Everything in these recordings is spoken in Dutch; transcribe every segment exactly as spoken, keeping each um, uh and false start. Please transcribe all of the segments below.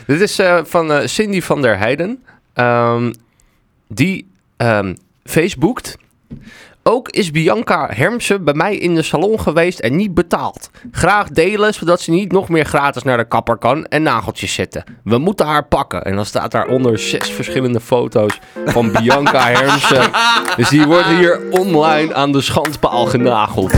Dit is uh, van uh, Cindy van der Heijden. Um, die um, Facebookt. Ook is Bianca Hermsen bij mij in de salon geweest en niet betaald. Graag delen, zodat ze niet nog meer gratis naar de kapper kan en nageltjes zetten. We moeten haar pakken. En dan staat daaronder zes verschillende foto's van Bianca Hermsen. Dus die wordt hier online aan de schandpaal genageld.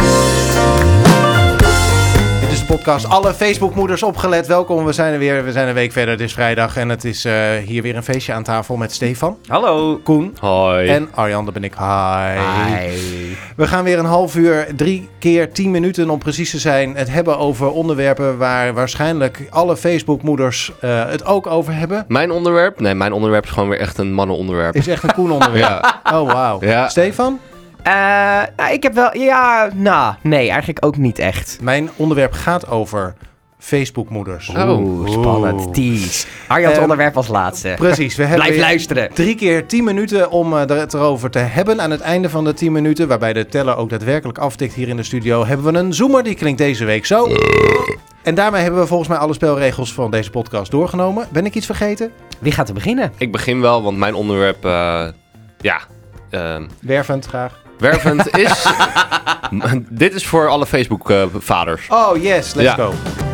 Dit is de podcast Alle Facebookmoeders opgelet. Welkom, we zijn er weer. We zijn een week verder. Het is vrijdag en het is uh, hier weer een feestje aan tafel met Stefan. Hallo. Koen. Hoi. En Arjan, dat ben ik. Hi. Hi. We gaan weer een half uur, drie keer tien minuten om precies te zijn, het hebben over onderwerpen waar waarschijnlijk alle Facebookmoeders uh, het ook over hebben. Mijn onderwerp? Nee, mijn onderwerp is gewoon weer echt een mannenonderwerp. Is echt een Koen onderwerp. Ja. Oh, wauw. Ja. Stefan? Uh, nou, ik heb wel... Ja, nou, nee, eigenlijk ook niet echt. Mijn onderwerp gaat over Facebookmoeders. Oh. Oeh, spannend. Oeh. Tease. Arjan's Um, onderwerp als laatste. Precies. We hebben Blijf weer luisteren. drie keer tien minuten om uh, het erover te hebben. Aan het einde van de tien minuten, waarbij de teller ook daadwerkelijk aftikt hier in de studio, hebben we een zoomer. Die klinkt deze week zo. En daarmee hebben we volgens mij alle spelregels van deze podcast doorgenomen. Ben ik iets vergeten? Wie gaat er beginnen? Ik begin wel, want mijn onderwerp... Uh, ja... Uh, Wervend, graag. Wervend is... Dit is voor alle Facebook-vaders. Uh, oh, yes. Let's ja. go.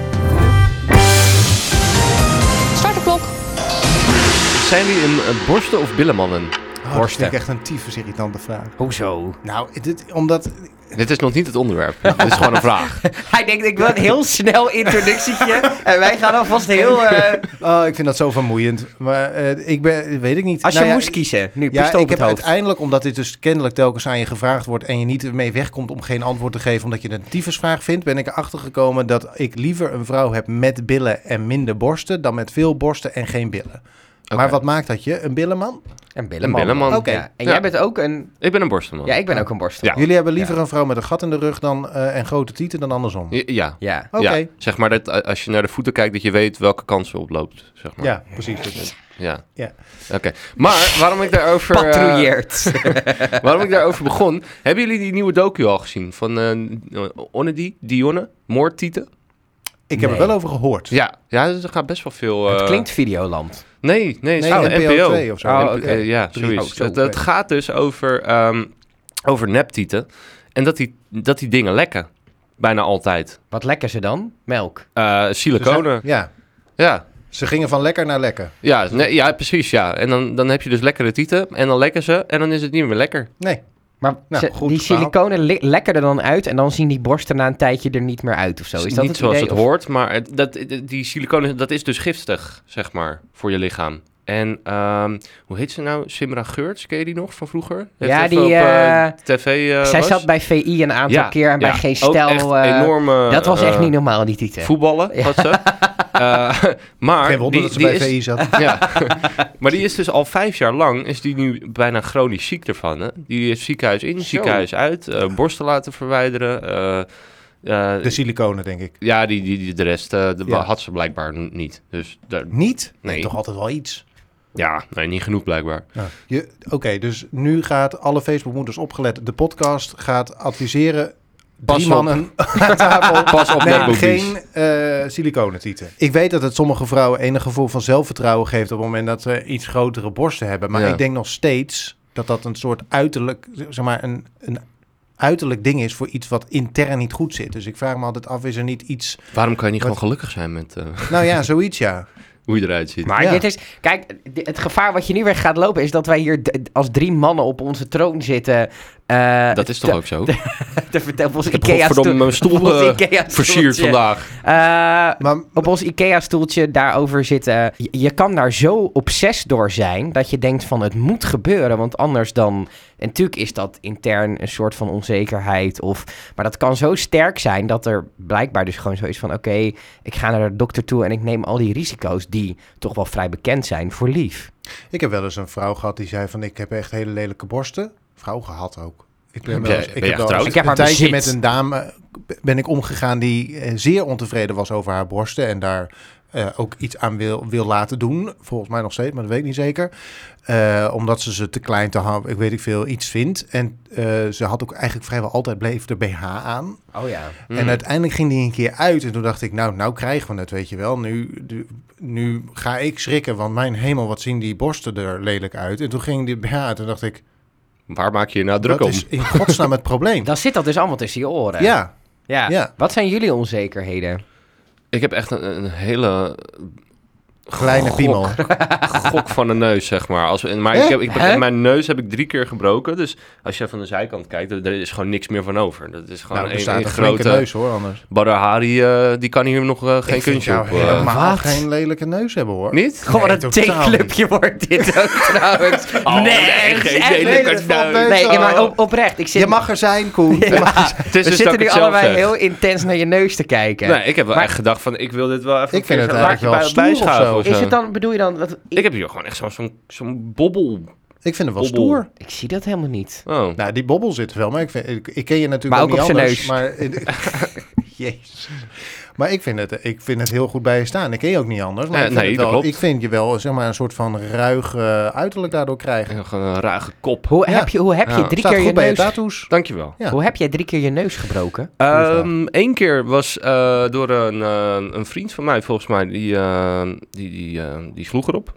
Start de klok. Zijn jullie een, een borsten- of billenmannen? Oh, dat vind ik echt een tyfus irritante vraag. Hoezo? Nou, dit, omdat... Dit is nog niet het onderwerp. Dit is gewoon een vraag. Hij denkt, ik wil een heel snel introductietje. En wij gaan alvast heel... Uh... Oh, ik vind dat zo vermoeiend. Maar uh, ik ben... Weet ik niet. Als je nou, ja, moest kiezen, nu Ja, pistool ik op heb het hoofd. uiteindelijk, omdat dit dus kennelijk telkens aan je gevraagd wordt en je niet ermee wegkomt om geen antwoord te geven omdat je het een tyfusvraag vindt, ben ik erachter gekomen dat ik liever een vrouw heb met billen en minder borsten dan met veel borsten en geen billen. Okay. Maar wat maakt dat je? Een billenman? Een billenman. Een billenman. Oké. Okay. Ja. En ja. jij bent ook een... Ik ben een borstenman. Ja, ik ben ook een borstenman. Ja. Jullie hebben liever ja. een vrouw met een gat in de rug dan, uh, en grote tieten dan andersom? Ja. Ja. ja. Oké. Okay. Ja. Zeg maar dat als je naar de voeten kijkt, dat je weet welke kant ze oploopt. Zeg maar. Ja, precies. Ja. ja. Oké. Okay. Maar waarom ik daarover... Patrouilleert. Uh, waarom ik daarover begon... Hebben jullie die nieuwe docu al gezien? Van uh, Onnedi, Dionne, Moordtieten? Ik heb nee. er wel over gehoord. Ja, ja, er gaat best wel veel... Uh... Het klinkt Videoland. Nee, nee, nee oh, N P O twee of zo. Oh, N P O, okay. uh, ja, zoiets. Oh, zo, het, het gaat dus over, um, over neptieten. En dat die, dat die dingen lekken. Bijna altijd. Wat lekken ze dan? Melk? Uh, siliconen. Dus, ja. Ja. Ze gingen van lekker naar lekker. Ja, nee, ja precies. Ja. En dan, dan heb je dus lekkere tieten. En dan lekken ze. En dan is het niet meer lekker. Nee. Maar nou, ze, goed die siliconen le- lekken er dan uit en dan zien die borsten na een tijdje er niet meer uit of zo. Is dat niet het zoals idee, het of? hoort, maar het, dat, die siliconen, dat is dus giftig, zeg maar, voor je lichaam. En um, hoe heet ze nou? Simra Geurts, ken je die nog van vroeger? Heeft ja, die op, uh, tv uh, zij was? zat bij V I een aantal ja, keer en ja, bij Geen Stel. Uh, enorme, dat was echt uh, niet normaal, die titel. Voetballen, ja. Had ze. uh, maar Geen wonder die, dat ze die bij is, V I zat. Ja, maar die is dus al vijf jaar lang, is die nu bijna chronisch ziek ervan. Hè? Die is ziekenhuis in, Zo. ziekenhuis uit, uh, borsten laten verwijderen. Uh, Uh, de siliconen, denk ik. Ja, die, die, die, de rest uh, de, ja. had ze blijkbaar niet. Dus daar, niet? Nee. nee. Toch altijd wel iets? Ja, nee, niet genoeg blijkbaar. Ja. Oké, okay, dus nu gaat alle Facebookmoeders opgelet. De podcast gaat adviseren... Pas drie mannen op. aan tafel. Pas op nee, met geen uh, siliconentieten. Ik weet dat het sommige vrouwen enig gevoel van zelfvertrouwen geeft... op het moment dat ze iets grotere borsten hebben. Maar ja. ik denk nog steeds dat dat een soort uiterlijk... zeg maar een... een uiterlijk ding is voor iets wat intern niet goed zit. Dus ik vraag me altijd af, is er niet iets... Waarom kan je niet wat... gewoon gelukkig zijn met... Uh... Nou ja, zoiets ja. Hoe je eruit ziet. Maar ja. dit is... Kijk, het gevaar wat je nu weer gaat lopen... is dat wij hier d- als drie mannen op onze troon zitten... Uh, dat is toch te, ook zo? Te, te vertellen op ons ik heb Ikea-stoel, mijn stoel uh, versierd vandaag. Uh, maar, op ons Ikea-stoeltje daarover zitten. Je, je kan daar zo obsessief door zijn... dat je denkt van het moet gebeuren... want anders dan... En natuurlijk is dat intern een soort van onzekerheid. Of, maar dat kan zo sterk zijn dat er blijkbaar dus gewoon zo is van... oké, okay, ik ga naar de dokter toe en ik neem al die risico's... die toch wel vrij bekend zijn voor lief. Ik heb wel eens een vrouw gehad die zei van... ik heb echt hele lelijke borsten. Vrouw gehad ook. Ik ben wel eens, ben ik je heb wel eens ik heb een tijdje bezit. met een dame ben ik omgegaan... die zeer ontevreden was over haar borsten... en daar uh, ook iets aan wil, wil laten doen. Volgens mij nog steeds, maar dat weet ik niet zeker. Uh, omdat ze ze te klein te hebben, ik weet niet veel, iets vindt. En uh, ze had ook eigenlijk vrijwel altijd bleef de B H aan. Oh ja. Mm. En uiteindelijk ging die een keer uit. En toen dacht ik, nou, nou krijgen we het, weet je wel. Nu, nu ga ik schrikken, want mijn hemel, wat zien die borsten er lelijk uit. En toen ging die B H uit en dacht ik... Waar maak je je nou druk om? Dat is in godsnaam het probleem. Dan zit dat dus allemaal tussen je oren. Ja. Ja. ja. Wat zijn jullie onzekerheden? Ik heb echt een, een hele... Kleine gok, piemel. Gok van de neus, zeg maar. Als, maar ik heb, ik heb, mijn neus heb ik drie keer gebroken. Dus als je van de zijkant kijkt, er, er is gewoon niks meer van over. Dat is gewoon nou, een, een, een grote neus, hoor, anders. Badr Hari, uh, die kan hier nog uh, geen kunstje op. Uh, maar wat? geen lelijke neus hebben, hoor. Niet? Gewoon nee, een theeclubje wordt dit ook trouwens. Oh, nee, nee, geen lelijke neus. Nee, nee, maar op, oprecht. Ik zit... Je mag er zijn, Koen. Ja. Ja. Het is We dus zitten nu allebei zeg. heel intens naar je neus te kijken. Nee, ik heb wel maar, echt gedacht van, ik wil dit wel even... Ik vind het een eigenlijk wel stoer bijschaven of zo. Is het dan, bedoel je dan... Wat, ik, ik heb hier gewoon echt zo'n zo'n zo'n bobbel. Ik vind het wel bobbel. stoer. Ik zie dat helemaal niet. Oh. Nou, die bobbel zit wel, maar ik, vind, ik, ik ken je natuurlijk maar ook, ook niet op anders. zijn neus. Maar, Jezus. Maar ik vind, het, ik vind het heel goed bij je staan. Ik ken je ook niet anders. Maar Eh, ik, vind nee, het dat wel, klopt. ik vind je wel zeg maar, een soort van ruig uh, uiterlijk daardoor krijgen. En gewoon een ruige kop. Hoe Ja. heb je, hoe heb je Ja. drie Staat keer goed je bij neus... je tattoos. Dankjewel. Ja. Hoe heb jij drie keer je neus gebroken? Um, Eén keer was uh, door een, uh, een vriend van mij, volgens mij, die, uh, die, die, uh, die sloeg erop.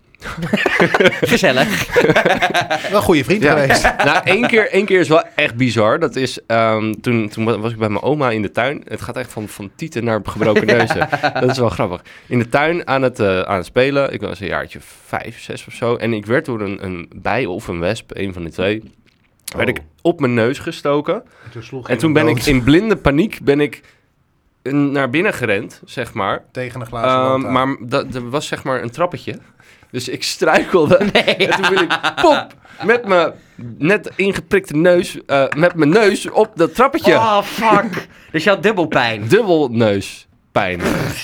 Gezellig. Wel een goede vriend Ja. geweest. Nou, één keer, één keer is wel echt bizar. Dat is, um, toen, toen was ik bij mijn oma in de tuin. Het gaat echt van, van tieten naar gebroken neuzen. Dat is wel grappig. In de tuin aan het, uh, aan het spelen. Ik was een jaartje vijf, zes of zo. En ik werd door een, een bij of een wesp, een van de twee, oh. werd ik op mijn neus gestoken. En toen, sloeg en toen ben ik in blinde paniek ben ik naar binnen gerend, zeg maar. Tegen een glazen wand um, Maar dat, er was zeg maar een trappetje. Dus ik struikelde. Nee, en toen ben ik pop met mijn net ingeprikte neus, uh, met mijn neus op dat trappetje. Oh, fuck. Dus je had dubbel pijn. Dubbel neuspijn.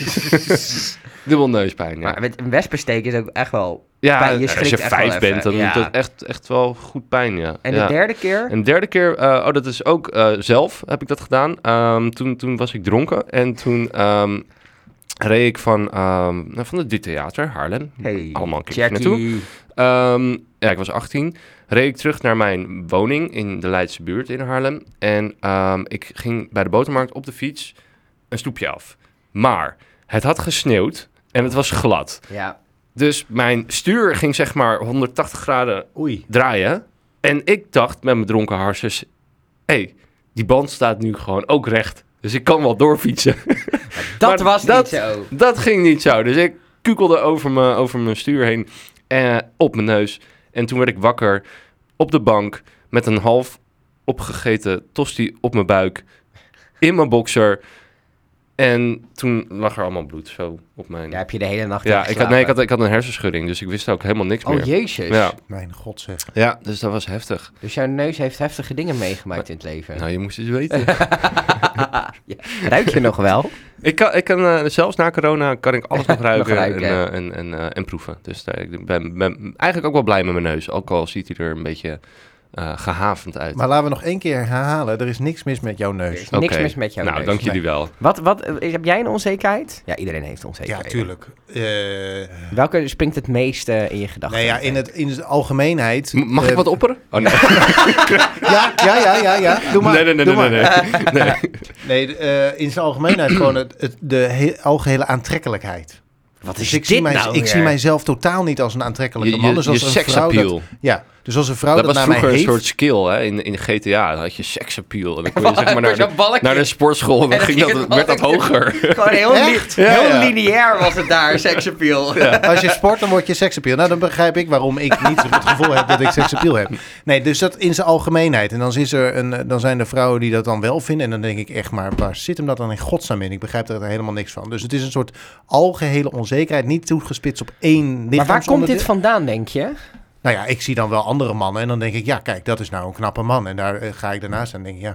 Dubbel neuspijn, ja. Maar met een wespensteek is ook echt wel Ja, pijn. Je als je echt vijf bent, dan ja. doet dat echt, echt wel goed pijn, ja. En ja. de derde keer? En de derde keer, uh, oh, dat is ook uh, zelf heb ik dat gedaan. Um, toen, toen was ik dronken en toen um, reed ik van, um, van het Du Theater, Haarlem. Hey, allemaal een keer naartoe. Um, ja, ik was achttien. Reed ik terug naar mijn woning in de Leidse buurt in Haarlem. En um, ik ging bij de botermarkt op de fiets een stoepje af. Maar het had gesneeuwd en het was glad. Ja. Dus mijn stuur ging zeg maar honderdtachtig graden Oei. draaien. En ik dacht met mijn dronken harsjes, hé, hey, die band staat nu gewoon ook recht. Dus ik kan wel doorfietsen. Dat Maar was dat, niet zo. Dat ging niet zo. Dus ik kukelde over mijn, over mijn stuur heen en op mijn neus. En toen werd ik wakker op de bank met een half opgegeten tosti op mijn buik. In mijn boxer. En toen lag er allemaal bloed zo op mijn... Ja, heb je de hele nacht Ja, ik had, nee, ik had, ik had een hersenschudding, dus ik wist ook helemaal niks Oh, meer. jezus. Ja. Mijn god zeg. Ja, dus dat was heftig. Dus jouw neus heeft heftige dingen meegemaakt in het leven. Nou, je moest eens weten. Ja. Ruik je nog wel? ik kan, ik kan uh, zelfs na corona kan ik alles nog ruiken, Nog ruiken. en, uh, en, en, uh, en proeven. Dus uh, ik ben, ben eigenlijk ook wel blij met mijn neus. Ook al ziet hij er een beetje uh, gehavend uit. Maar laten we nog één keer herhalen. Er is niks mis met jouw neus. Er is niks Oké. mis met jouw nou, neus. dank jullie Nee. wel. Wat, wat, uh, heb jij een onzekerheid? Ja, iedereen heeft Ja, onzekerheden. tuurlijk. Uh, Welke springt het meeste in je gedachten? nee, ja, in, het, in de algemeenheid... M- mag uh, ik wat opperen? Oh, nee. Ja, ja, ja, ja, ja. Doe maar. nee, nee, nee, doe nee, maar. nee, nee. nee. Nee, uh, in zijn algemeenheid gewoon het, het, de he- algehele aantrekkelijkheid. Wat Dus is ik, dit zie, mij, nou ik weer? zie mijzelf totaal niet als een aantrekkelijke Je, man. je, Dus je als een vrouw seksappeal. dat, ja, dus als een vrouw Dat dat, was naar mij vroeger een heeft... soort skill, hè? In, in G T A dan had je seksappeal. En dan kon je zeg maar naar Zo'n de, balkje. naar de sportschool en dan En dan ging ging dat, het werd dat balkje. hoger. Gewoon heel, li- Echt? heel Ja, ja. lineair was het daar, seksappeal. Ja. Als je sport, dan word je seksappeal. Nou, dan begrijp ik waarom ik niet het gevoel heb dat ik seksappeal heb. Nee, dus dat in zijn algemeenheid. En dan, is er een, dan zijn er vrouwen die dat dan wel vinden. En dan denk ik echt, maar waar zit hem dat dan in godsnaam in? Ik begrijp er helemaal niks van. Dus het is een soort algehele onzekerheid. Niet toegespitst op één lichaamsonderdeel. Maar waar komt dit vandaan, denk je? Nou ja, ik zie dan wel andere mannen. En dan denk ik, ja, kijk, dat is nou een knappe man. En daar uh, ga ik daarnaast en denk ik, ja.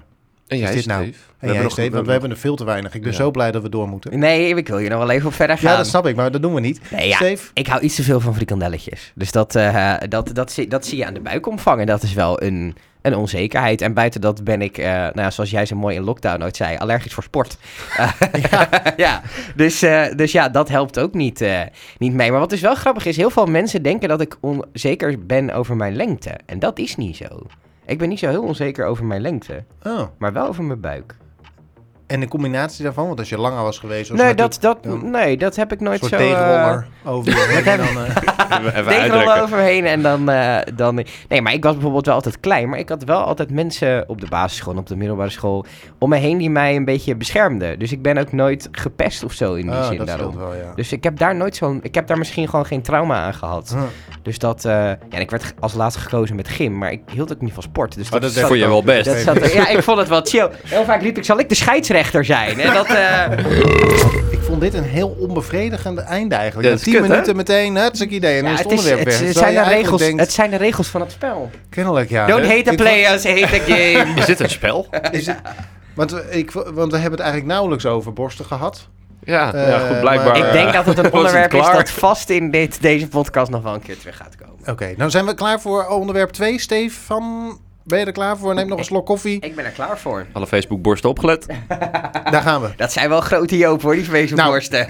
En jij, is dit nou? Steve? En jij, nog- Steve, want we hebben er veel te weinig. Ik ben Ja. zo blij dat we door moeten. Nee, ik wil je nog wel even op verder gaan. Ja, dat snap ik, maar dat doen we niet. Nee, ja, Steve? ik hou iets te veel van frikandelletjes. Dus dat, uh, dat, dat, zie, dat zie je aan de buikomvang. En dat is wel een, een onzekerheid. En buiten dat ben ik, uh, nou ja, zoals jij zo mooi in lockdown ooit zei, allergisch voor sport. Uh, ja. ja. Dus, uh, dus ja, dat helpt ook niet, uh, niet mee. Maar wat dus wel grappig is, heel veel mensen denken dat ik onzeker ben over mijn lengte. En dat is niet zo. Ik ben niet zo heel onzeker over mijn lengte, Oh. maar wel over mijn buik. En de combinatie daarvan, want als je langer was geweest... was Nee, het dat, dat, dan nee, dat heb ik een nooit soort zo... tegenroller over je heen en dan... Uh, Even, even Deegrollen uitrekken. overheen en dan, uh, dan... Nee, maar ik was bijvoorbeeld wel altijd klein. Maar ik had wel altijd mensen op de basisschool en op de middelbare school om me heen die mij een beetje beschermden. Dus ik ben ook nooit gepest of zo in die oh, zin dat daarom. scheelt wel, ja. Dus ik heb daar nooit zo'n... Ik heb daar misschien gewoon geen trauma aan gehad. Huh. Dus dat... Uh, ja, en ik werd als laatste gekozen met gym. Maar ik hield ook niet van sport. Dus Oh, dat, dat zat- vond je wel best. dat zat er- ja, ik vond het wel chill. Heel vaak liep ik, zal ik de scheidsrechter zijn? En dat... Uh, Ik vond dit een heel onbevredigende einde eigenlijk. Ja, Na dat is tien kut, hè? minuten meteen, hartstikke idee. En dan ja, is het het, is, onderwerp het, weg. het Terwijl zijn je de eigenlijk regels, denkt, het zijn de regels van het spel. kennelijk ja. Don't hate the Ik players, hate the game. Is dit een spel? vond- Is het, want, we, ik, want we hebben het eigenlijk nauwelijks over borsten gehad. Ja, Uh, ja goed, blijkbaar. maar- Ik denk dat het een was onderwerp is klaar. dat vast in dit, deze podcast nog wel een keer terug gaat komen. Oké, okay, nou zijn we klaar voor onderwerp twee. Stefan, ben je er klaar voor? Neem nog een slok koffie. Ik ben er klaar voor. Alle Facebook-borsten opgelet. Daar gaan we. Dat zijn wel grote Joop hoor, die Facebookborsten.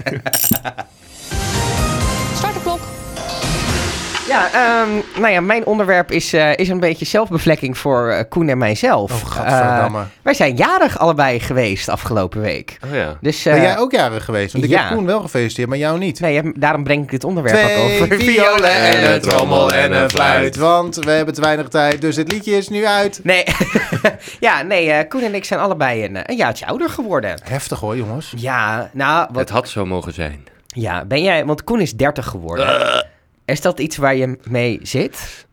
Start de klok. Ja, um, nou ja, mijn onderwerp is, uh, is een beetje zelfbevlekking voor uh, Koen en mijzelf. Oh, gadverdamme. Uh, wij zijn jarig allebei geweest afgelopen week. Oh ja. Dus, uh, Ben jij ook jarig geweest? Want ik ja. heb Koen wel gefeliciteerd, maar jou niet. Nee, ja, daarom breng ik dit onderwerp ook Twee over. violen en een een trommel en een fluit. Want we hebben te weinig tijd, dus het liedje is nu uit. Nee, ja, nee, uh, Koen en ik zijn allebei een, een jaartje ouder geworden. Heftig hoor, jongens. Ja, nou, wat, Het had zo mogen zijn. ja, ben jij, want Koen is dertig geworden. Is dat iets waar je mee zit?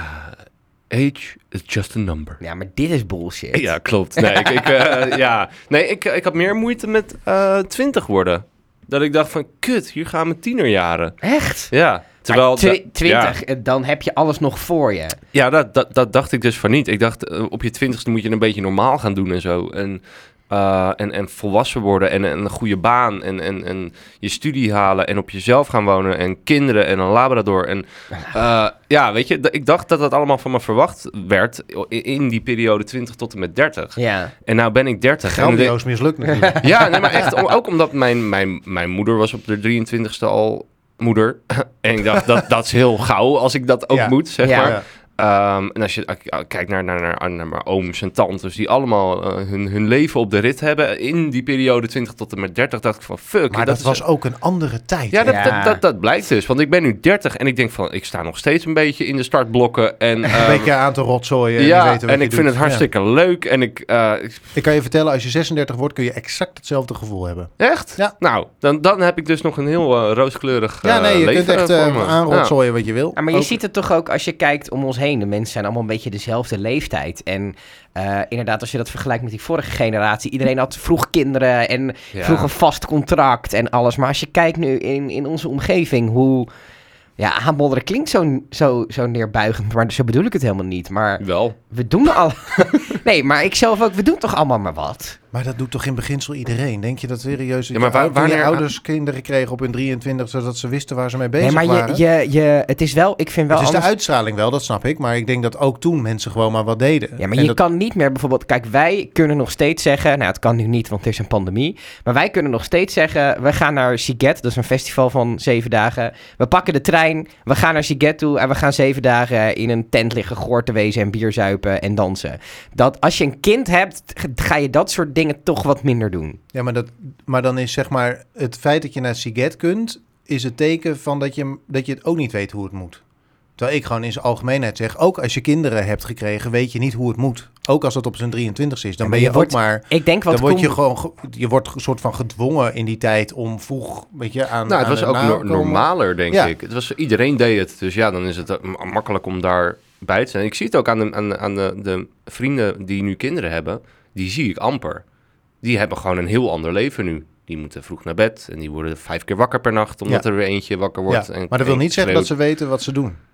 Age is just a number. Ja, maar dit is bullshit. Ja, klopt. Nee, ik, ik, uh, ja. nee ik, ik had meer moeite met uh, twintig worden. Dat ik dacht van, kut, hier gaan mijn tienerjaren. Echt? Ja. Terwijl... Maar twi- da- twintig, Ja, dan heb je alles nog voor je. ja dat, dat, dat dacht ik dus van niet. Ik dacht, uh, op je twintigste moet je een beetje normaal gaan doen en zo. En... Uh, en, en volwassen worden en, en een goede baan en, en, en je studie halen en op jezelf gaan wonen en kinderen en een labrador. En uh, ja, weet je, d- ik dacht dat dat allemaal van me verwacht werd in, in die periode twintig tot en met dertig. Ja. En nou ben ik dertig. En Grandioos mislukt natuurlijk. de- ja, nee, maar echt om, ook omdat mijn, mijn, mijn moeder was op de drieëntwintigste al moeder. En ik dacht, dat, dat is heel gauw als ik dat ook Ja. moet, zeg Ja. maar. Ja. Um, en als je uh, kijkt naar, naar, naar, naar mijn ooms en tantes, die allemaal uh, hun, hun leven op de rit hebben in die periode twintig tot en met dertig, dacht ik van fuck. Maar dat is- was ook een andere tijd. Ja, hè? dat, Ja. Dat, dat, dat blijkt dus. Want ik ben nu dertig en ik denk van, ik sta nog steeds een beetje in de startblokken. En, Een um, beetje aan te rotzooien. En, ja, weten wat en je ik vind doet. het hartstikke leuk. En ik, uh, ik- Ja. Ik kan je vertellen, als je zesendertig wordt, kun je exact hetzelfde gevoel hebben. echt? Ja. Nou, dan, dan heb ik dus nog een heel uh, rooskleurig uh, Ja, nee, je leven kunt echt voor uh, me. aanrotzooien wat je wil. Ja, maar je Ook- ziet het toch ook als je kijkt om ons heen. De mensen zijn allemaal een beetje dezelfde leeftijd. En uh, inderdaad, als je dat vergelijkt met die vorige generatie. Iedereen had vroeg kinderen en Ja. vroeg een vast contract en alles. Maar als je kijkt nu in, in onze omgeving hoe... Ja, aanmodderen klinkt zo, zo, zo neerbuigend, maar zo bedoel ik het helemaal niet. Maar Wel. we doen al... nee, maar ik zelf ook, we doen toch allemaal maar wat? Maar dat doet toch in beginsel iedereen? Denk je dat serieus? Ja, maar waar- waar, wanneer wanneer- ouders kinderen kregen op hun drieëntwintig, zodat ze wisten waar ze mee bezig Nee, maar waren? je, je, je, het is wel, ik vind wel het is anders... de uitstraling wel, dat snap ik. Maar ik denk dat ook toen mensen gewoon maar wat deden. Ja, maar En je dat- kan niet meer bijvoorbeeld... Kijk, wij kunnen nog steeds zeggen... Nou, het kan nu niet, want het is een pandemie. Maar wij kunnen nog steeds zeggen... We gaan naar Siget, dat is een festival van zeven dagen. We pakken de trein, we gaan naar Siget toe... en we gaan zeven dagen in een tent liggen... goor te wezen en bier zuipen en dansen. Dat, als je een kind hebt, ga je dat soort dingen toch wat minder doen. Ja, maar, dat, maar dan is zeg maar het feit dat je naar Siget kunt, is het teken van dat je, dat je het ook niet weet hoe het moet. Terwijl ik gewoon in zijn algemeenheid zeg, ook als je kinderen hebt gekregen, weet je niet hoe het moet. Ook als het op zijn drieëntwintigste is, dan Ja, ben maar je, je ook wordt- maar... Ik denk wat Dan word Koen- je gewoon, ge- je wordt een soort van gedwongen in die tijd om vroeg, weet je, aan Nou, het aan was ook no- nakomen. normaler, denk Ja. ik. Het was, iedereen deed het, dus ja, dan is het uh, m- makkelijk om daarbij te zijn. Ik zie het ook aan, de, aan, aan de, de vrienden die nu kinderen hebben, die zie ik amper. Die hebben gewoon een heel ander leven nu. Die moeten vroeg naar bed en die worden vijf keer wakker per nacht, omdat Ja. er weer eentje wakker wordt. Ja, en maar dat wil en niet zeggen dat schreeuwt. ze weten wat ze doen.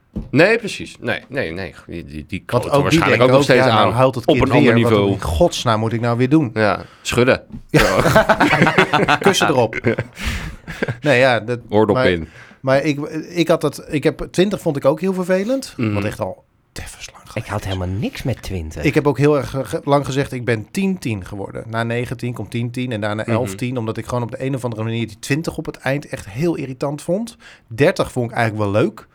Nee, precies. Nee, nee, nee. Die, die, die Want kloten ook die waarschijnlijk denken ook nog steeds ja, aan. nou houdt het op kind een ander weer. Wat niveau. in godsnaam moet ik nou weer doen? Ja, schudden. Kussen erop. Nee, ja. Dat, Oordop maar, in. Maar ik, ik had dat... Ik heb twintig vond ik ook heel vervelend. Mm. Wat echt al teffens lang Ik geleden had is. helemaal niks met twintig. Ik heb ook heel erg ge- lang gezegd, ik ben tien tien geworden. Na negentien komt tien tien en daarna elf tien. Omdat ik gewoon op de een of andere manier die twintig op het eind echt heel irritant vond. dertig vond ik eigenlijk wel leuk.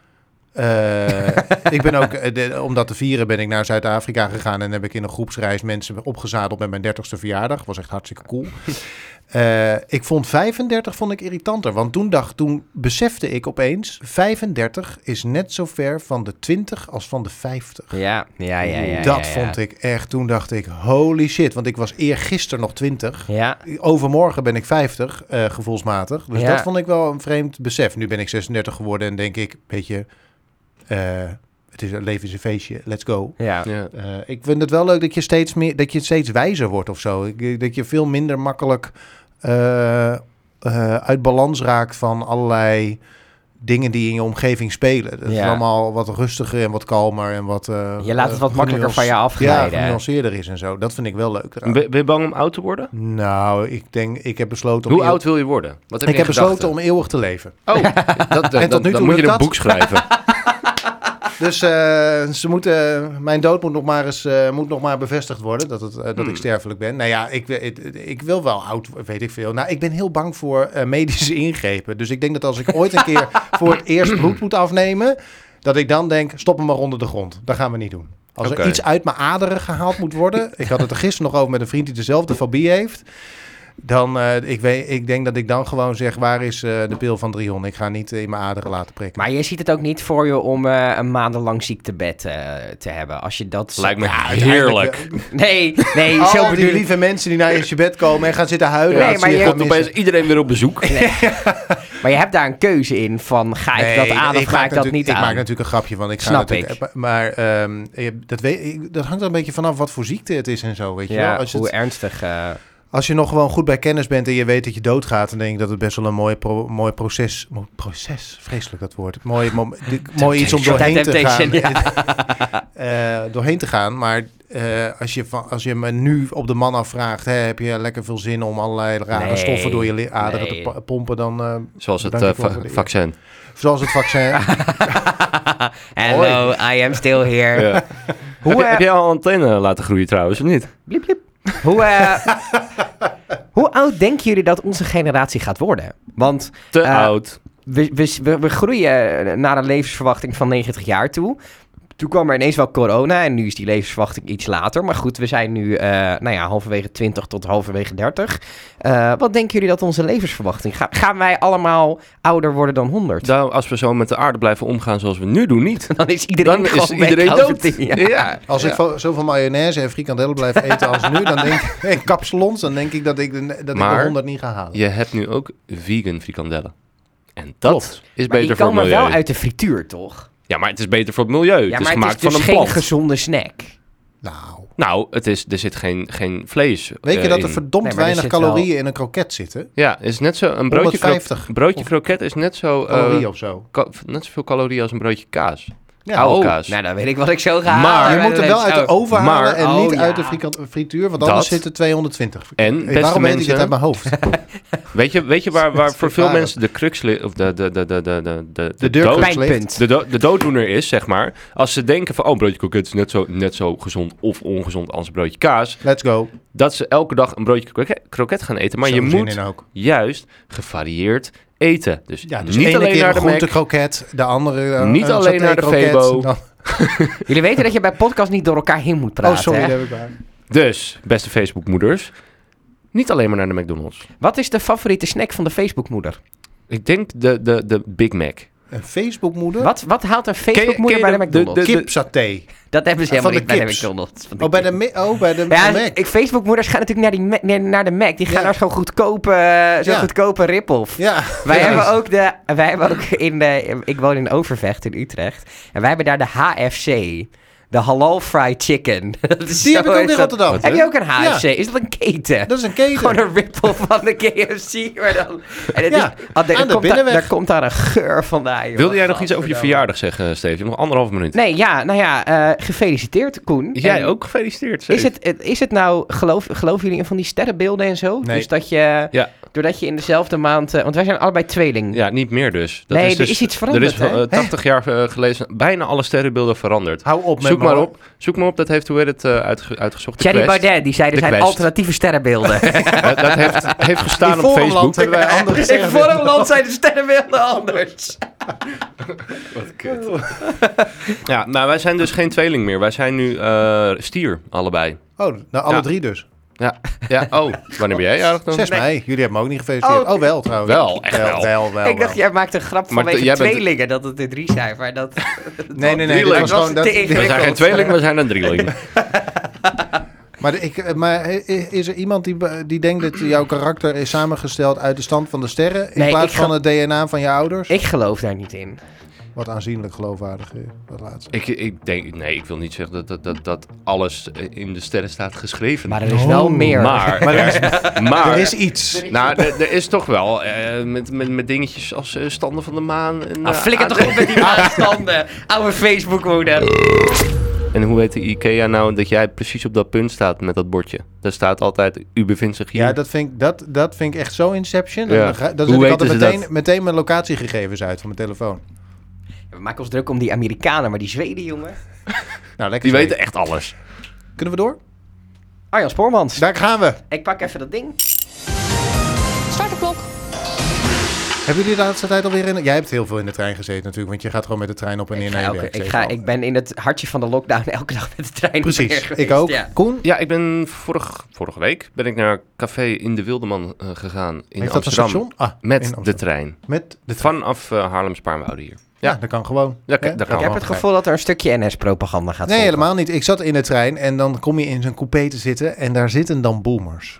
Uh, ik ben ook, uh, de, om dat te vieren ben ik naar Zuid-Afrika gegaan en heb ik in een groepsreis mensen opgezadeld met mijn dertigste verjaardag. Was echt hartstikke cool. Uh, ik vond vijfendertig vond ik irritanter, want toen dacht, toen besefte ik opeens, vijfendertig is net zo ver van de twintig als van de vijftig. Ja, ja, ja, ja. Dat ja, ja. vond ik echt, toen dacht ik, holy shit, want ik was eergisteren nog twintig. Ja, Overmorgen ben ik vijftig, uh, gevoelsmatig. Dus Ja. dat vond ik wel een vreemd besef. Nu ben ik zesendertig geworden en denk ik, weet je, uh, het is een leven is een feestje, let's go. ja. Ja. Uh, ik vind het wel leuk dat je steeds meer, dat je steeds wijzer wordt of zo. Ik, dat je veel minder makkelijk uh, uh, uit balans raakt van allerlei dingen die in je omgeving spelen. Het Ja. is allemaal wat rustiger en wat kalmer en wat... Uh, Je laat het wat uh, makkelijker van je genuance- afglijden. Ja, genuanceerder is en zo. Dat vind ik wel leuk eraan. Ben, ben je bang om oud te worden? Nou, ik denk, ik heb besloten om... Hoe eeuw- oud wil je worden? Wat heb Ik je heb in gedachten? besloten om eeuwig te leven. Oh, dat, dat, En tot nu dan toe moet je lukt een dat. boek schrijven. Dus uh, ze moeten, mijn dood moet nog maar eens uh, moet nog maar bevestigd worden, dat, het, uh, dat Hmm. ik sterfelijk ben. Nou ja, ik, ik, ik wil wel oud, weet ik veel. Nou, ik ben heel bang voor uh, medische ingrepen. Dus ik denk dat als ik ooit een keer voor het eerst bloed moet afnemen, dat ik dan denk, stop hem maar onder de grond. Dat gaan we niet doen. Als Oké. er iets uit mijn aderen gehaald moet worden, ik had het er gisteren nog over met een vriend die dezelfde fobie heeft, dan, uh, ik, weet, ik denk dat ik dan gewoon zeg, waar is uh, de pil van Drion? Ik ga niet uh, in mijn aderen laten prikken. Maar je ziet het ook niet voor je om uh, een maandenlang ziektebed uh, te hebben. Als je dat... Lijkt me Ja, heerlijk. uiteindelijk, Nee, nee, Al zo die bedoel ik. lieve mensen die naar je bed komen en gaan zitten huilen. Nee, als ze maar je je gaan Komt missen. opeens iedereen weer op bezoek. Maar je hebt daar een keuze in van ga ik Nee, dat aan of ik ga maak ik dat natuurlijk- niet ik aan? maak natuurlijk een grapje van. Ik ga Snap natuurlijk- ik. Maar ehm, je- dat, weet, ik- dat hangt er een beetje vanaf wat voor ziekte het is en zo. Weet je wel? Ja, Als, je hoe het- ernstig... uh, als je nog gewoon goed bij kennis bent en je weet dat je doodgaat, dan denk ik dat het best wel een mooi, pro, mooi proces... mo- Proces, vreselijk dat woord. Mooi, mo- di- mooi iets om doorheen te gaan. Temptation, Eh, doorheen te gaan, maar uh, als, je van, als je me nu op de man afvraagt, hè, heb je lekker veel zin om allerlei rare Nee, stoffen door je li- aderen nee. te pa- pompen, dan... Uh, Zoals het bedankt uh, wel va- voor de eer. vaccin. Zoals het vaccin. Hello, I am still here. Ja. Hoe, heb, je, uh, heb je al een antenne laten groeien trouwens, of niet? bliep, bliep. Hoe, uh, hoe oud denken jullie dat onze generatie gaat worden? Want Te Uh, oud. we, we, we, we groeien naar een levensverwachting van negentig jaar toe. Toen kwam er ineens wel corona en nu is die levensverwachting iets later. Maar goed, we zijn nu uh, nou ja, halverwege twintig tot halverwege dertig. Uh, wat denken jullie dat onze levensverwachting gaat? Gaan wij allemaal ouder worden dan honderd? Nou, als we zo met de aarde blijven omgaan zoals we nu doen, niet. Dan is iedereen, Dan is gewoon weg iedereen over dood. tien jaar. Ja. Als Ja. ik vo- zoveel mayonaise en frikandellen blijf eten als nu, dan denk ik, en kapsalons, dan denk ik dat ik de, dat ik Maar- de honderd niet ga halen. Je hebt nu ook vegan frikandellen. En dat Klopt. is Maar die beter voor het komen milieu. wel uit de frituur, toch? Ja, maar het is beter voor het milieu. Ja, het is maar gemaakt het is dus van een geen plant. gezonde snack. Nou, Nou, het is, er zit geen, geen vlees weet je eh, dat er in. verdomd Nee, maar er weinig zit wel- calorieën in een kroket zitten? Ja, is net zo. Een broodje, honderdvijftig kro- broodje of- kroket is net zo. eh, Calorieën of zo. ka- net zoveel calorieën als een broodje kaas. Ja, oude oh, kaas. nou dan weet ik wat ik zo ga Maar- halen. je moet er wel uit de Oh. oven halen Maar- en oh, niet ja. uit de frikant- frituur, want anders Dat- zitten tweehonderdtwintig. En, Hey, beste waarom weet ik mensen, het uit mijn hoofd? weet je, weet je waar, waar voor veel Varen. mensen de crux li- of de, de, de, de, de, de, de, De dood- deurkruk Pijnpunt. de, do- de dooddoener is, zeg maar, als ze denken van, oh, een broodje kroket is net zo, net zo gezond of ongezond als een broodje kaas, Let's go. dat ze elke dag een broodje kroket, kroket gaan eten. Maar Zo je zin moet in ook. juist gevarieerd eten. Dus, Ja, dus niet ene alleen keer naar een de Mac, groentekroket, de andere uh, Niet een alleen naar de satékroket, Febo. dan- Jullie weten dat je bij podcast niet door elkaar heen moet praten. Oh, sorry, hè? dat heb ik waar. Dus, beste Facebook-moeders, niet alleen maar naar de McDonald's. Wat is de favoriete snack van de Facebookmoeder? Ik denk de, de, de Big Mac. Een Facebookmoeder? Wat, wat haalt een Ken je- Facebookmoeder ken je bij de de- McDonald's? de- de- Kipsaté. dat hebben ze van helemaal de niet bij de kips. McDonald's. Van de Oh, bij de, kips. Mi- oh, bij de Ja, Mac. ik, Facebookmoeders gaan natuurlijk naar, die Ma- naar- naar de Mac. Die gaan Ja. naar zo'n goedkope, uh, zo'n Ja. goedkope rip-off. Ja. Wij, Ja. hebben ook de, wij hebben ook in de... Ik woon in Overvecht in Utrecht. En wij hebben daar de H F C. De halal fried chicken. Dat is Die heb zo ik ook in erg- Rotterdam. Wat, Heb hè? je ook een H F C? Ja. Is dat een keten? Dat is een keten. Gewoon een ripple van de K F C. Maar dan, en het Ja, is, ah, er, aan de komt daar, binnenweg. daar komt daar een geur vandaan. joh. Wilde jij nog iets over je Gadverdamme. verjaardag zeggen, Steven? Nog anderhalf minuut. Nee, ja, nou ja, eh, gefeliciteerd, Koen. Jij En ook gefeliciteerd, Is Steven. het, het- is het nou, geloof, geloven jullie in van die sterrenbeelden en zo? Nee. Dus dat je, Ja. doordat je in dezelfde maand... eh, want wij zijn allebei tweeling. Ja, niet meer dus. Dat Nee, is er dus, is iets veranderd, Er is hè? uh, tachtig jaar uh, geleden bijna alle sterrenbeelden veranderd. Hou op met Zoek me, maar hoor. op. Zoek maar op. Dat heeft, hoe heet het, uh, uitge uitgezocht. De Thierry Quest. Baudet, die zei er De zijn Quest. alternatieve sterrenbeelden. Uh, dat heeft, heeft gestaan In op Facebook. Forenland hebben wij andere In sterrenbeelden. Vormland zijn de sterrenbeelden anders. Ja, maar wij zijn dus geen tweeling meer. Wij zijn nu uh, stier, allebei. Oh, nou alle Ja. drie dus. Ja, ja. Oh, wanneer ben jij jarig dan? zes mei. Jullie hebben me ook niet gefeliciteerd. Oh. Oh, wel trouwens. Wel, echt wel. wel, wel, Ik dacht, wel. jij maakt een grap Maar vanwege t- jij bent- tweelingen, dat het er drie zijn. Maar dat... Nee, nee, nee. Drieling. Dit was was gewoon te dat, ingewikkeld. We zijn geen tweeling, we zijn een drieling. maar de- ik, eh, maar i- is er iemand die, be- die denkt dat jouw karakter is samengesteld uit de stand van de sterren... in Nee, plaats ik van ga- het D N A van je ouders? Ik geloof daar niet in. Wat aanzienlijk geloofwaardig is, dat laatste. Ik, ik denk, nee, ik wil niet zeggen dat, dat, dat, dat alles in de sterren staat geschreven. Maar er is wel meer. Maar, Maar er is, maar er is iets. nou, er, er is toch wel eh, met, met, met dingetjes als eh, standen van de maan. En, Ah, eh, flikker toch aarde- op met die maanstanden. Oude Facebook-moeder. En hoe weet de IKEA nou dat jij precies op dat punt staat met dat bordje? Daar staat altijd, u bevindt zich hier. Ja, dat vind, ik, dat, dat vind ik echt zo Inception. Ja. Dan, ga- dan Hoe zet ik weten altijd ze meteen, dat? meteen mijn locatiegegevens uit van mijn telefoon. We maken ons druk om die Amerikanen, maar die Zweden, jongen. Nou, lekker Die zo. weten echt alles. Kunnen we door? Arjan Spoormans. Daar gaan we. Ik pak even dat ding. Start de klok. Hebben jullie de laatste tijd alweer in... Jij hebt heel veel in de trein gezeten natuurlijk, want je gaat gewoon met de trein op en neer Ik, naar ga je elke- werk. ik, zeker ga, al. ik ben in het hartje van de lockdown elke dag met de trein Precies, weer geweest, ik ook. Ja. Koen, Ja, ik ben vorig, vorige week ben ik naar Café in de Wildeman uh, gegaan in heeft dat een Amsterdam. station? Ah, in Met de Amsterdam. trein. Met de trein. Vanaf uh, Haarlem-Spaarnwoude hier. Ja, Ja. dat kan gewoon. Ja, Hè? dat Ik kan heb wel. het gevoel dat er een stukje N S-propaganda gaat Nee, volgen. helemaal niet. Ik zat in de trein en dan kom je in zo'n coupé te zitten en daar zitten dan boomers.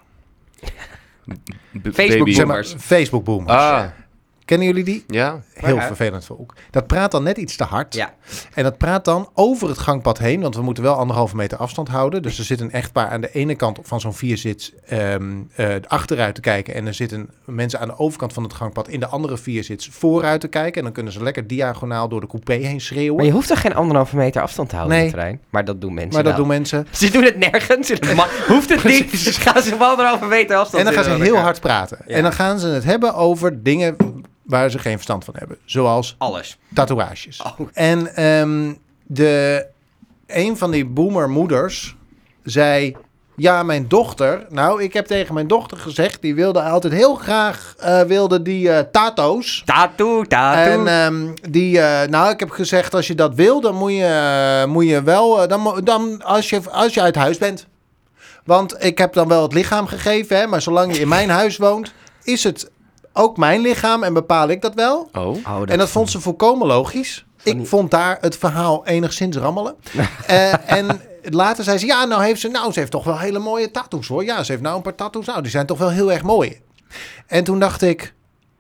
B- Facebook baby. Zeg maar, Boomers. Facebook boomers. Ah, Kennen jullie die? ja. Heel Ja. vervelend volk. Dat praat dan net iets te hard. Ja. En dat praat dan over het gangpad heen, want we moeten wel anderhalve meter afstand houden. Dus er zit een echtpaar aan de ene kant van zo'n vierzits ehm uh, achteruit te kijken. En er zitten mensen aan de overkant van het gangpad in de andere vierzits vooruit te kijken. En dan kunnen ze lekker diagonaal door de coupé heen schreeuwen. Maar je hoeft toch geen anderhalve meter afstand te houden Nee. in de trein? Maar dat doen mensen maar dat wel. doen mensen. Ze doen het nergens. Ma- hoeft het niet. Dus gaan ze op anderhalve meter afstand En dan gaan ze zitten heel met hard praten. Ja. En dan gaan ze het hebben over dingen waar ze geen verstand van hebben. Zoals elkaar. Alles. tatoeages. Oh. En ehm, de, een van die boomermoeders zei... Ja, mijn dochter... Nou, ik heb tegen mijn dochter gezegd... Die wilde altijd heel graag... eh, wilde die eh, tato's. Tattoo, tattoo. En ehm, die... eh, nou, ik heb gezegd... Als je dat wil, dan moet je, eh, moet je wel... eh, dan, mo- dan als, je, als je uit huis bent. Want ik heb dan wel het lichaam gegeven... Hè, maar zolang je in mijn huis woont... Is het ook mijn lichaam en bepaal ik dat wel... Oh. Oh, En dat vond ze volkomen logisch. Ik die- vond daar het verhaal enigszins rammelen. Eh, en later zei ze, ja, nou heeft ze, nou, ze heeft toch wel hele mooie tattoos, hoor. Ja, ze heeft nou een paar tattoos. Nou, die zijn toch wel heel erg mooi. En toen dacht ik,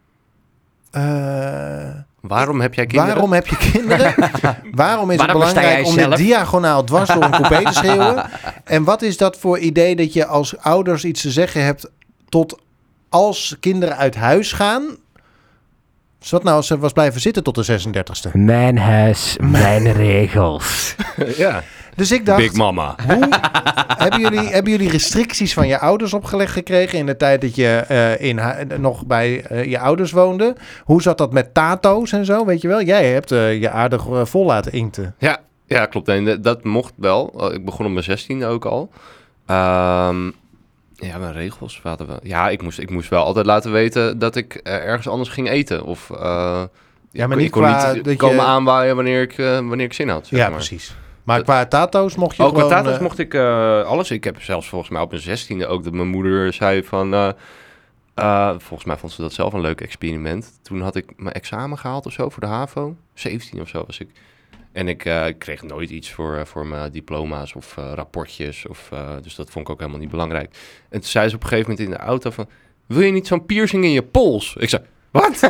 eh, Waarom heb jij kinderen? waarom heb je kinderen? Waarom is Waarom het besta belangrijk jij om dit zelf? diagonaal dwars door een coupé te schreeuwen? En wat is dat voor idee dat je als ouders iets te zeggen hebt tot als kinderen uit huis gaan? Wat nou als ze was blijven zitten tot de zesendertigste? Mijn huis, mijn regels. Ja. Dus ik dacht, Big Mama. hoe, hebben, jullie, hebben jullie restricties van je ouders opgelegd gekregen in de tijd dat je eh, in hu- nog bij eh, je ouders woonde? Hoe zat dat met tato's en zo, weet je wel? Jij hebt eh, je aardig eh, vol laten inkten. Ja, ja, klopt. En dat- dat mocht wel. Oh, Ik begon op mijn zestiende ook al. Ehm, ja, mijn regels waren wel... Ja, ik moest, ik moest wel altijd laten weten dat ik eh, ergens anders ging eten. Of uh, Ja, maar ik, niet ik kon qua niet dat komen je- aanwaaien wanneer ik, uh, wanneer ik zin had. Zeg Ja, maar. precies. Maar Dat- qua tato's mocht je Ook gewoon... qua tato's eh, mocht ik uh, alles. Ik heb zelfs volgens mij op mijn zestiende ook dat mijn moeder zei van... Uh, uh, volgens mij vond ze dat zelf een leuk experiment. Toen had ik mijn examen gehaald of zo voor de HAVO. zeventien of zo was ik. En ik uh, kreeg nooit iets voor, uh, voor mijn diploma's of uh, rapportjes. Of, uh, dus dat vond ik ook helemaal niet belangrijk. En toen zei ze op een gegeven moment in de auto van... Wil je niet zo'n piercing in je pols? Ik zei... Wat?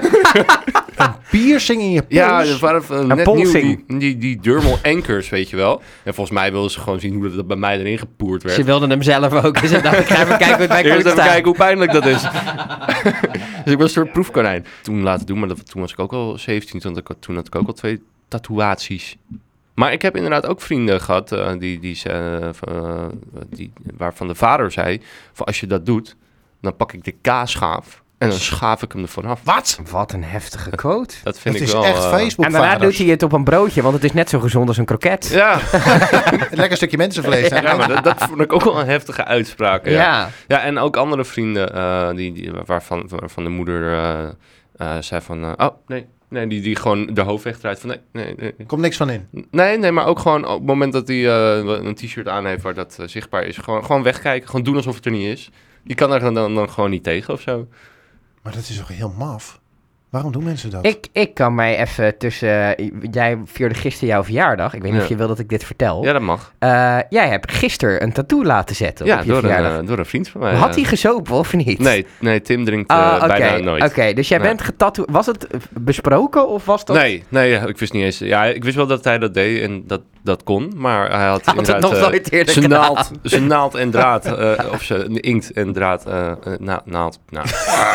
Piercing in je pols? Ja, er waren uh, net nieuw polsing. die, die, die dermal anchors, weet je wel. En volgens mij wilden ze gewoon zien hoe dat bij mij erin gepoerd werd. Ze wilden hem zelf ook. Dus ik dacht, ik ga even kijken hoe het bij Eerst kan even staan. kijken hoe pijnlijk dat is. Dus ik was een soort proefkonijn. Toen laten doen, maar dat, toen was ik ook al zeventien. Toen had ik, toen had ik ook al twee tatoeaties. Maar ik heb inderdaad ook vrienden gehad uh, die, die, uh, uh, die, waarvan de vader zei, van als je dat doet, dan pak ik de kaasschaaf en dan schaaf ik hem er vanaf. Wat? Wat een heftige quote. Dat vind Het ik is wel... echt uh, Facebook En daarna vaders. doet hij het op een broodje, want het is net zo gezond als een kroket. Ja, Een lekker stukje mensenvlees. hè? ja maar dat, dat vond ik ook wel een heftige uitspraak. Ja, ja. Ja. ja en ook andere vrienden uh, die, die, waarvan, waarvan de moeder uh, uh, zei van... Uh, oh, nee, nee die, die gewoon de hoofd wegdraait van nee, nee, nee. Komt niks van in. Nee, nee, maar ook gewoon op het moment dat hij uh, een t-shirt aan heeft waar dat uh, zichtbaar is. Gewoon, gewoon wegkijken, gewoon doen alsof het er niet is. Die kan er dan, dan, dan gewoon niet tegen of zo. Maar dat is toch heel maf? Waarom doen mensen dat? Ik, ik kan mij even tussen... uh, jij vierde gisteren jouw verjaardag. Ik weet niet Ja. of je wil dat ik dit vertel. Ja, dat mag. Uh, jij hebt gisteren een tattoo laten zetten Ja, op je door verjaardag. een, uh, door een vriend van mij. Had uh. hij gezopen of niet? Nee, nee, Tim drinkt uh, Ah, oké. bijna nooit. Oké, dus jij Nee. bent getattoo... Was het besproken of was dat... Nee, nee, ik wist niet eens. Ja, ik wist wel dat hij dat deed en dat dat kon, maar hij had, Had het inderdaad nog uh, nooit eerder zijn gedaan. naald, zijn naald en draad, uh, of zijn inkt en draad, uh, uh, na, naald, naald,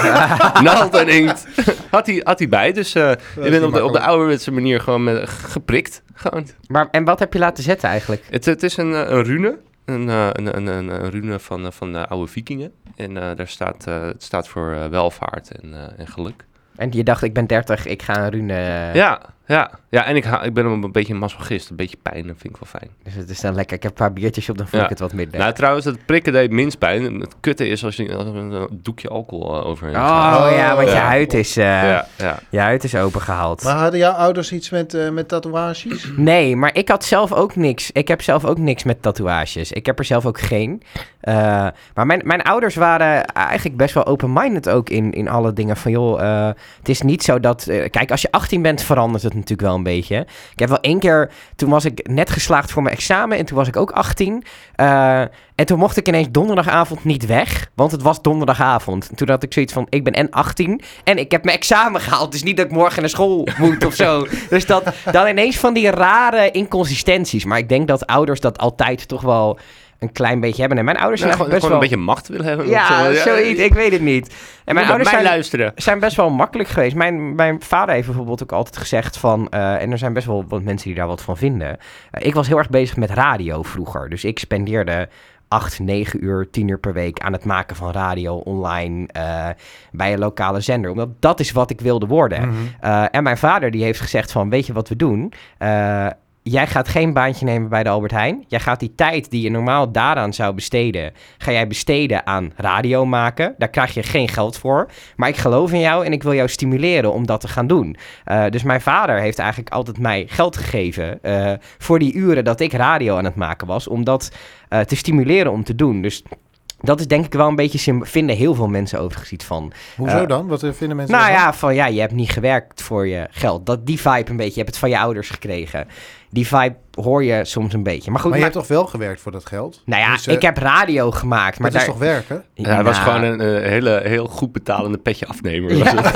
naald en inkt had hij, had hij bij. Dus uh, ik ben op de, op de ouderwetse manier gewoon met, geprikt. Gewoon. Maar, en wat heb je laten zetten eigenlijk? Het, het is een, uh, een rune. Een, uh, een, een, een, een rune van, uh, van de oude vikingen. En uh, daar staat, uh, het staat voor uh, welvaart en, uh, en geluk. En je dacht, ik ben dertig, ik ga een rune... Ja, ja, ja. En ik, ha- ik ben een beetje een masochist. Een beetje pijn, dat vind ik wel fijn. Dus het is dan lekker. Ik heb een paar biertjes op, dan voel Ja. ik het wat minder. Nou, trouwens, het prikken deed minst pijn. Het kutte is als je als er een doekje alcohol uh, overheen oh, gaat. ja, want je Ja. huid is... uh, Ja, ja. Je huid is opengehaald. Maar hadden jouw ouders iets met, uh, met tatoeages? Nee, maar ik had zelf ook niks. Ik heb zelf ook niks met tatoeages. Ik heb er zelf ook geen. Uh, maar mijn, mijn ouders waren eigenlijk best wel open-minded ook in, in alle dingen. Van joh, uh, het is niet zo dat... Uh, kijk, als je achttien bent verandert het natuurlijk wel een beetje. Ik heb wel één keer... Toen was ik net geslaagd voor mijn examen en toen was ik ook achttien. Uh, en toen mocht ik ineens donderdagavond niet weg, want het was donderdagavond. En toen had ik zoiets van, ik ben en achttien en ik heb mijn examen gehaald. Dus niet dat ik morgen naar school moet of zo. Dus dat dan ineens van die rare inconsistenties. Maar ik denk dat ouders dat altijd toch wel een klein beetje hebben. En mijn ouders zijn Nou, gewoon, eigenlijk gewoon best een beetje macht willen hebben. wel... of Ja, zo. zoiets. Ik weet het niet. En mijn Moet ouders naar mij zijn, luisteren. zijn best wel makkelijk geweest. Mijn, mijn vader heeft bijvoorbeeld ook altijd gezegd van... Uh, en er zijn best wel wat mensen die daar wat van vinden. Uh, ik was heel erg bezig met radio vroeger. Dus ik spendeerde acht, negen uur, tien uur per week aan het maken van radio online uh, bij een lokale zender. Omdat dat is wat ik wilde worden. Mm-hmm. Uh, en mijn vader die heeft gezegd van, weet je wat we doen? Uh, jij gaat geen baantje nemen bij de Albert Heijn. Jij gaat die tijd die je normaal daaraan zou besteden, ga jij besteden aan radio maken. Daar krijg je geen geld voor. Maar ik geloof in jou en ik wil jou stimuleren om dat te gaan doen. Uh, dus mijn vader heeft eigenlijk altijd mij geld gegeven uh, voor die uren dat ik radio aan het maken was, om dat uh, te stimuleren om te doen. Dus dat is denk ik wel een beetje... Sim- vinden heel veel mensen overigens iets van. Hoezo Uh, dan? Wat uh, vinden mensen Nou daarvan? ja, van ja, je hebt niet gewerkt voor je geld. Dat, die vibe een beetje, je hebt het van je ouders gekregen. Die vibe hoor je soms een beetje. Maar goed, Maar je maar, hebt toch wel gewerkt voor dat geld? nou ja, Dus, uh, ik heb radio gemaakt. Maar Maar dat daar, is toch werken? Ja, hij was Nou, gewoon een uh, hele, heel goed betalende petje afnemer. Was Ja.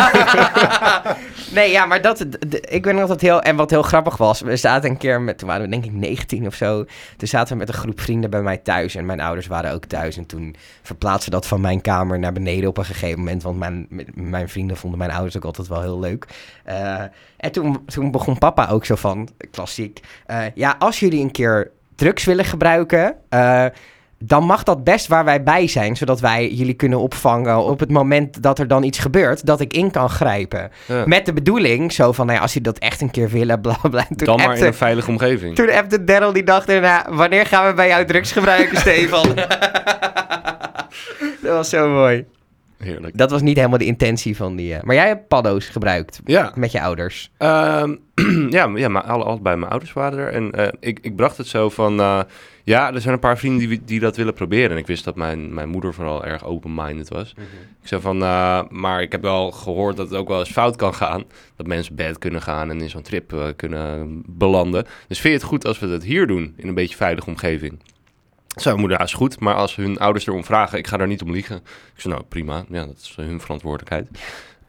het. Nee, ja, maar dat... d- d- ik weet nog dat heel... En wat heel grappig was... We zaten een keer met... Toen waren we denk ik negentien of zo. Toen zaten we met een groep vrienden bij mij thuis. En mijn ouders waren ook thuis. En toen verplaatsten we dat van mijn kamer naar beneden op een gegeven moment. Want mijn, m- mijn vrienden vonden mijn ouders ook altijd wel heel leuk. Uh, en toen, toen begon papa ook zo van... Klassiek. Uh, ja, als jullie een keer drugs willen gebruiken... Uh, dan mag dat best waar wij bij zijn, zodat wij jullie kunnen opvangen op het moment dat er dan iets gebeurt, dat ik in kan grijpen. Ja. Met de bedoeling, zo van, nou ja, als jullie dat echt een keer willen, bla bla. Toen Dan maar in appte- een veilige omgeving. Toen appte Daryl die dag daarna, wanneer gaan we bij jou drugs gebruiken, Stefan? Dat was zo mooi. Heerlijk. Dat was niet helemaal de intentie van die... Uh, maar jij hebt paddo's gebruikt Ja. met je ouders. Um, ja, ja, maar alle, allebei mijn ouders waren er. En uh, ik, ik bracht het zo van... Uh, ja, er zijn een paar vrienden die, die dat willen proberen. En ik wist dat mijn, mijn moeder vooral erg open-minded was. Mm-hmm. Ik zei van... Uh, maar ik heb wel gehoord dat het ook wel eens fout kan gaan. Dat mensen bed kunnen gaan en in zo'n trip uh, kunnen belanden. Dus vind je het goed als we dat hier doen? In een beetje veilige omgeving? Zijn moeder, ja, is goed, maar als hun ouders erom vragen, ik ga daar niet om liegen. Ik zei, nou prima, ja, dat is hun verantwoordelijkheid.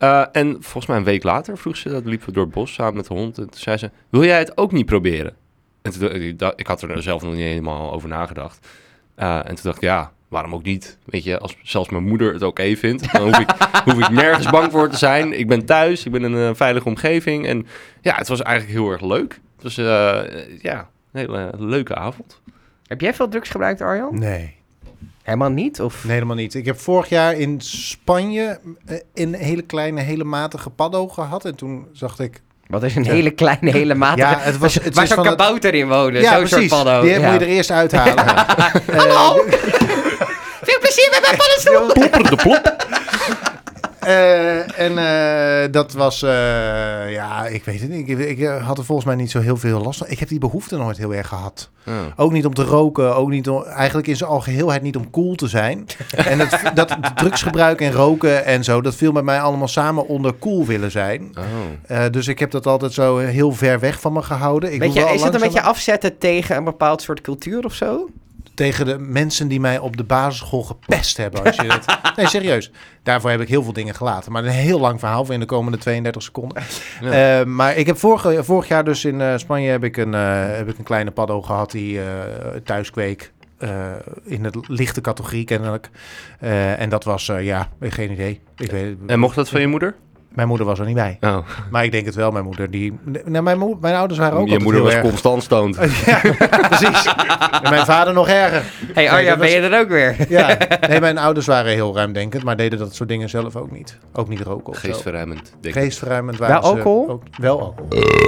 Uh, en volgens mij een week later vroeg ze, dat liepen we door het bos samen met de hond. En toen zei ze, wil jij het ook niet proberen? En toen, ik, ik had er zelf nog niet helemaal over nagedacht. Uh, en toen dacht ik, ja, waarom ook niet? Weet je, als zelfs mijn moeder het oké vindt, dan hoef ik, hoef ik nergens bang voor te zijn. Ik ben thuis, ik ben in een veilige omgeving. En ja, het was eigenlijk heel erg leuk. Het was uh, ja, een hele leuke avond. Heb jij veel drugs gebruikt, Arjan? Nee. Helemaal niet? Of? Nee, helemaal niet. Ik heb vorig jaar in Spanje een hele kleine, hele matige paddo gehad. En toen zag ik... Wat is een hele kleine, hele matige... Ja, het was, het waar is zo'n van kabouter het... in wonen. Ja, zo'n precies. soort paddo. Die ja. moet je er eerst uithalen. uh, Hallo! Veel plezier met mijn paddenstoel! Plopper de plop. Uh, en uh, dat was, uh, ja, ik weet het niet. Ik, ik had er volgens mij niet zo heel veel last van. Ik heb die behoefte nooit heel erg gehad. Oh. Ook niet om te roken, ook niet om, eigenlijk in zijn algeheelheid niet om cool te zijn. En het, dat drugsgebruik en roken en zo, dat viel met mij allemaal samen onder cool willen zijn. Oh. Uh, dus ik heb dat altijd zo heel ver weg van me gehouden. Ik weet je, wel is dat een beetje langzaam... afzetten tegen een bepaald soort cultuur of zo? Tegen de mensen die mij op de basisschool gepest hebben. Als je het... Nee, serieus. Daarvoor heb ik heel veel dingen gelaten. Maar een heel lang verhaal voor in de komende tweeëndertig seconden. Ja. Uh, maar ik heb vorig, vorig jaar dus in uh, Spanje heb ik, een, uh, heb ik een kleine paddo gehad die uh, thuis kweek. Uh, in de lichte categorie kennelijk. Uh, en dat was, uh, ja, geen idee. Ik weet, en mocht dat van je moeder? Mijn moeder was er niet bij. Oh. Maar ik denk het wel, mijn moeder. Die, nou, mijn, mo- mijn ouders waren ook je moeder heel was erg... constant stoned. Ja, precies. En mijn vader nog erger. Hey Arja, nee, ben je er ook weer? Ja, nee, mijn ouders waren heel ruimdenkend, maar deden dat soort dingen zelf ook niet. Ook niet roken of Geestverruimend. Denk Geestverruimend waren wel alcohol? Ook, wel alcohol.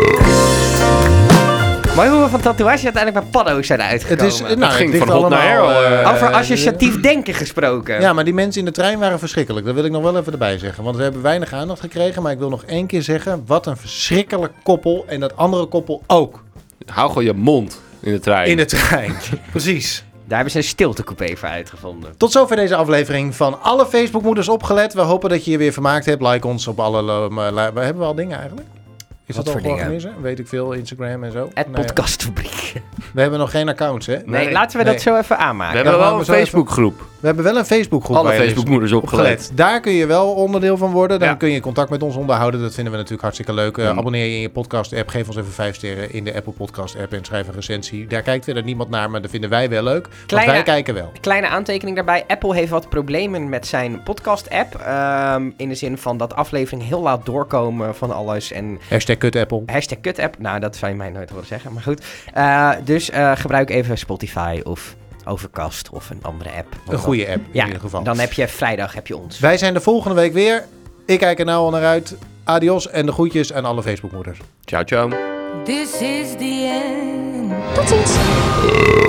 Mooi hoe we van tatoeages uiteindelijk bij paddo's zijn uitgekomen. Het, is, nou, het ging het van hot naar her. Uh, Over associatief denken gesproken. Ja, maar die mensen in de trein waren verschrikkelijk. Dat wil ik nog wel even erbij zeggen. Want we hebben weinig aandacht gekregen. Maar ik wil nog één keer zeggen, wat een verschrikkelijk koppel. En dat andere koppel ook. Hou gewoon je mond in de trein. In de trein, precies. Daar hebben ze een stiltecoupé voor uitgevonden. Tot zover deze aflevering van Alle Facebookmoeders Opgelet. We hopen dat je je weer vermaakt hebt. Like ons op alle... Uh, we hebben we al dingen eigenlijk? Is Wat dat al voor dingen? organiseren? Weet ik veel, Instagram en zo. Het podcastfabriek. We hebben nog geen accounts, hè? Nee, nee laten we nee. dat zo even aanmaken. We hebben ja, wel een Facebookgroep. We hebben wel een Facebookgroep. Alle Facebookmoeders opgelet. opgelet. Daar kun je wel onderdeel van worden. Dan ja. kun je contact met ons onderhouden. Dat vinden we natuurlijk hartstikke leuk. Uh, mm. Abonneer je in je podcast-app. Geef ons even vijf sterren in de Apple Podcast-app. En schrijf een recensie. Daar kijkt verder niemand naar, maar dat vinden wij wel leuk. Kleine, want wij kijken wel. Kleine aantekening daarbij. Apple heeft wat problemen met zijn podcast-app. Um, in de zin van dat afleveringen heel laat doorkomen van alles. En hashtag kut Apple. Hashtag kut app. Nou, dat zou je mij nooit horen zeggen. Maar goed. Uh, dus uh, gebruik even Spotify of Overcast of een andere app. Een goede app in ja, ieder geval. Dan heb je vrijdag heb je ons. Wij zijn de volgende week weer. Ik kijk er nou al naar uit. Adios en de groetjes aan alle Facebookmoeders. Ciao, ciao. This is the end. Tot ziens.